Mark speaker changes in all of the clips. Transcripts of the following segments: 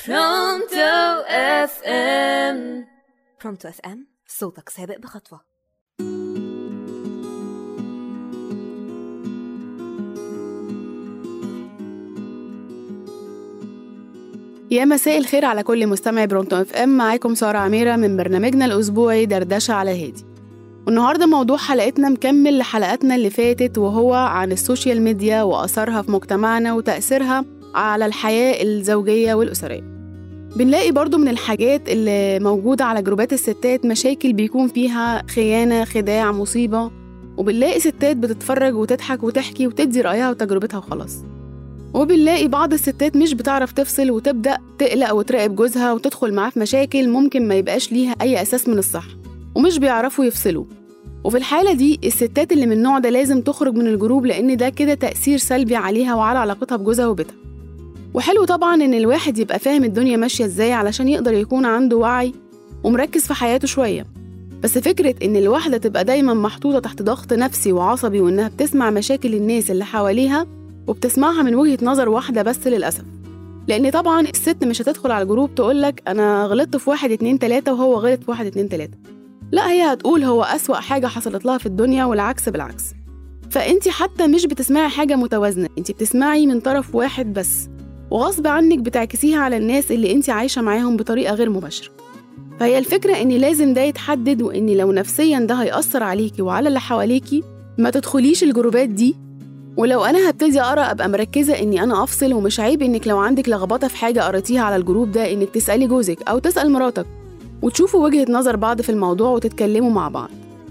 Speaker 1: برونتو اف ام. برونتو اف ام، صوتك سابق بخطوة.
Speaker 2: يا مساء الخير على كل مستمع برونتو اف ام. معاكم سارة عميرة من برنامجنا الأسبوعي دردشة على هادي. والنهاردة موضوع حلقتنا مكمل لحلقاتنا اللي فاتت، وهو عن السوشيال ميديا وأثرها في مجتمعنا وتأثيرها على الحياة الزوجية والأسرية. بنلاقي برضو من الحاجات اللي موجودة على جروبات الستات مشاكل بيكون فيها خيانة، خداع، مصيبة، وبنلاقي ستات بتتفرج وتضحك وتحكي وتدي رأيها وتجربتها وخلاص. وبنلاقي بعض الستات مش بتعرف تفصل وتبدأ تقلق وتراقب جوزها وتدخل معاه في مشاكل ممكن ما يبقاش ليها أي أساس من الصح، ومش بيعرفوا يفصلوا. وفي الحالة دي الستات اللي من النوع ده لازم تخرج من الجروب، لأن ده كده تأثير سلبي عليها وعلى علاقتها بجوزها وبيتها. وحلو طبعا إن الواحد يبقى فاهم الدنيا ماشية إزاي علشان يقدر يكون عنده وعي ومركز في حياته شوية. بس فكرة إن الواحدة تبقى دايما محطوطة تحت ضغط نفسي وعصبي، وإنها بتسمع مشاكل الناس اللي حواليها وبتسمعها من وجهة نظر واحدة بس للأسف. لأن طبعا الست مش هتدخل على الجروب تقولك أنا غلطت في 1 2 3 وهو غلط في 1 2 3. لا، هي هتقول هو أسوأ حاجة حصلت لها في الدنيا، والعكس بالعكس. فأنتي حتى مش بتسمعي حاجة متوازنة، أنتي بتسمعي من طرف واحد بس، وغصب عنك بتعكسيها على الناس اللي أنتي عايشة معاهم بطريقة غير مباشرة. فهي الفكرة إن لازم ده يتحدد، وإن لو نفسيا ده هيأثر عليكي وعلى اللي حواليكي ما تدخليش الجروبات دي. ولو أنا هبتدي أقرأ أبقى مركزة إني أنا أفصل، ومش عيب إنك لو عندك لخبطة في حاجة قرأتيها على الجروب ده إنك تسألي جوزك أو تسأل مراتك وتشوفوا وجهة نظر بعض في الموضوع وتتكلموا مع بعض.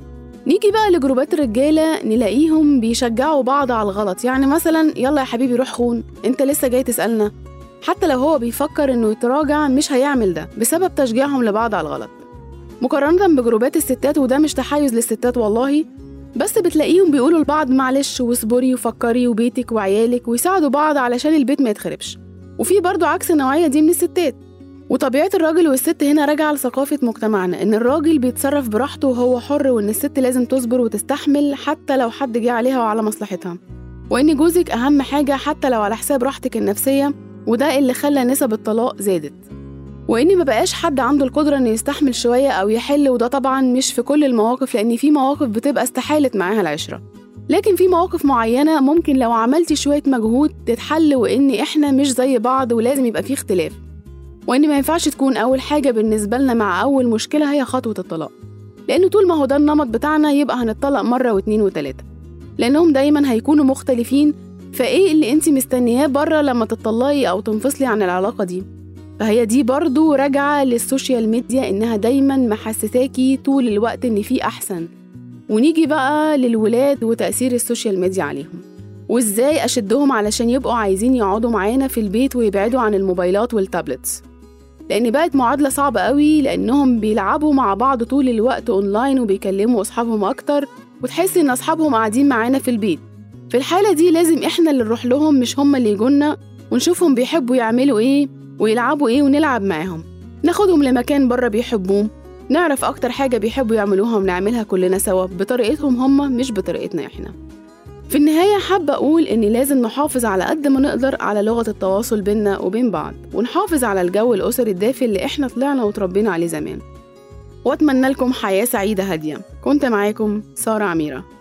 Speaker 2: نيجي بقى لجروبات الرجالة، نلاقيهم بيشجعوا بعض على الغلط. يعني مثلا يلا يا حبيبي روح خون، انت لسه جاي تسألنا. حتى لو هو بيفكر انه يتراجع مش هيعمل ده بسبب تشجيعهم لبعض على الغلط، مقارنة بجروبات الستات. وده مش تحيز للستات والله، بس بتلاقيهم بيقولوا لبعض معلش واصبري وفكري وبيتك وعيالك، ويساعدوا بعض علشان البيت ما يتخربش. وفي برضو عكس النوعية دي من الستات. وطبيعة الراجل والست هنا راجعة لثقافة مجتمعنا، إن الراجل بيتصرف براحته وهو حر، وإن الست لازم تصبر وتستحمل حتى لو حد جه عليها وعلى مصلحتها، وإن جوزك أهم حاجة حتى لو على حساب راحتك النفسية. وده اللي خلى نسب الطلاق زادت، وإن ما بقاش حد عنده القدرة إنه يستحمل شوية أو يحل. وده طبعا مش في كل المواقف، لأن في مواقف بتبقى استحالت معاها العشرة، لكن في مواقف معينة ممكن لو عملتي شوية مجهود تتحل. وإن إحنا مش زي بعض ولازم يبقى فيه اختلاف، وإن ما ينفعش تكون أول حاجة بالنسبة لنا مع أول مشكلة هي خطوة الطلاق، لأنه طول ما هو ده النمط بتاعنا يبقى هنتطلق مرة و2 و3، لأنهم دايما هيكونوا مختلفين. فإيه اللي أنت مستنياه بره لما تطلقي أو تنفصلي عن العلاقة دي؟ فهي دي برضو راجعة للسوشيال ميديا، إنها دايما محسساكي طول الوقت إن في أحسن. ونيجي بقى للولاد وتأثير السوشيال ميديا عليهم، وإزاي أشدهم علشان يبقوا عايزين يقعدوا معانا في البيت ويبعدوا عن الموبايلات والتابلتس. لأن بقت معادلة صعبة قوي، لأنهم بيلعبوا مع بعض طول الوقت أونلاين وبيكلموا أصحابهم أكتر، وتحس إن أصحابهم قاعدين معانا في البيت. في الحالة دي لازم إحنا اللي نروح لهم، مش هم اللي يجونا، ونشوفهم بيحبوا يعملوا إيه ويلعبوا إيه ونلعب معاهم. ناخدهم لمكان بره بيحبوه، نعرف أكتر حاجة بيحبوا يعملوها ونعملها كلنا سوا بطريقتهم هم مش بطريقتنا إحنا. في النهاية حابة أقول إن لازم نحافظ على قد ما نقدر على لغة التواصل بيننا وبين بعض، ونحافظ على الجو الأسري الدافئ اللي إحنا طلعنا وتربينا عليه زمان. وأتمنى لكم حياة سعيدة هادية. كنت معاكم سارة عميرة.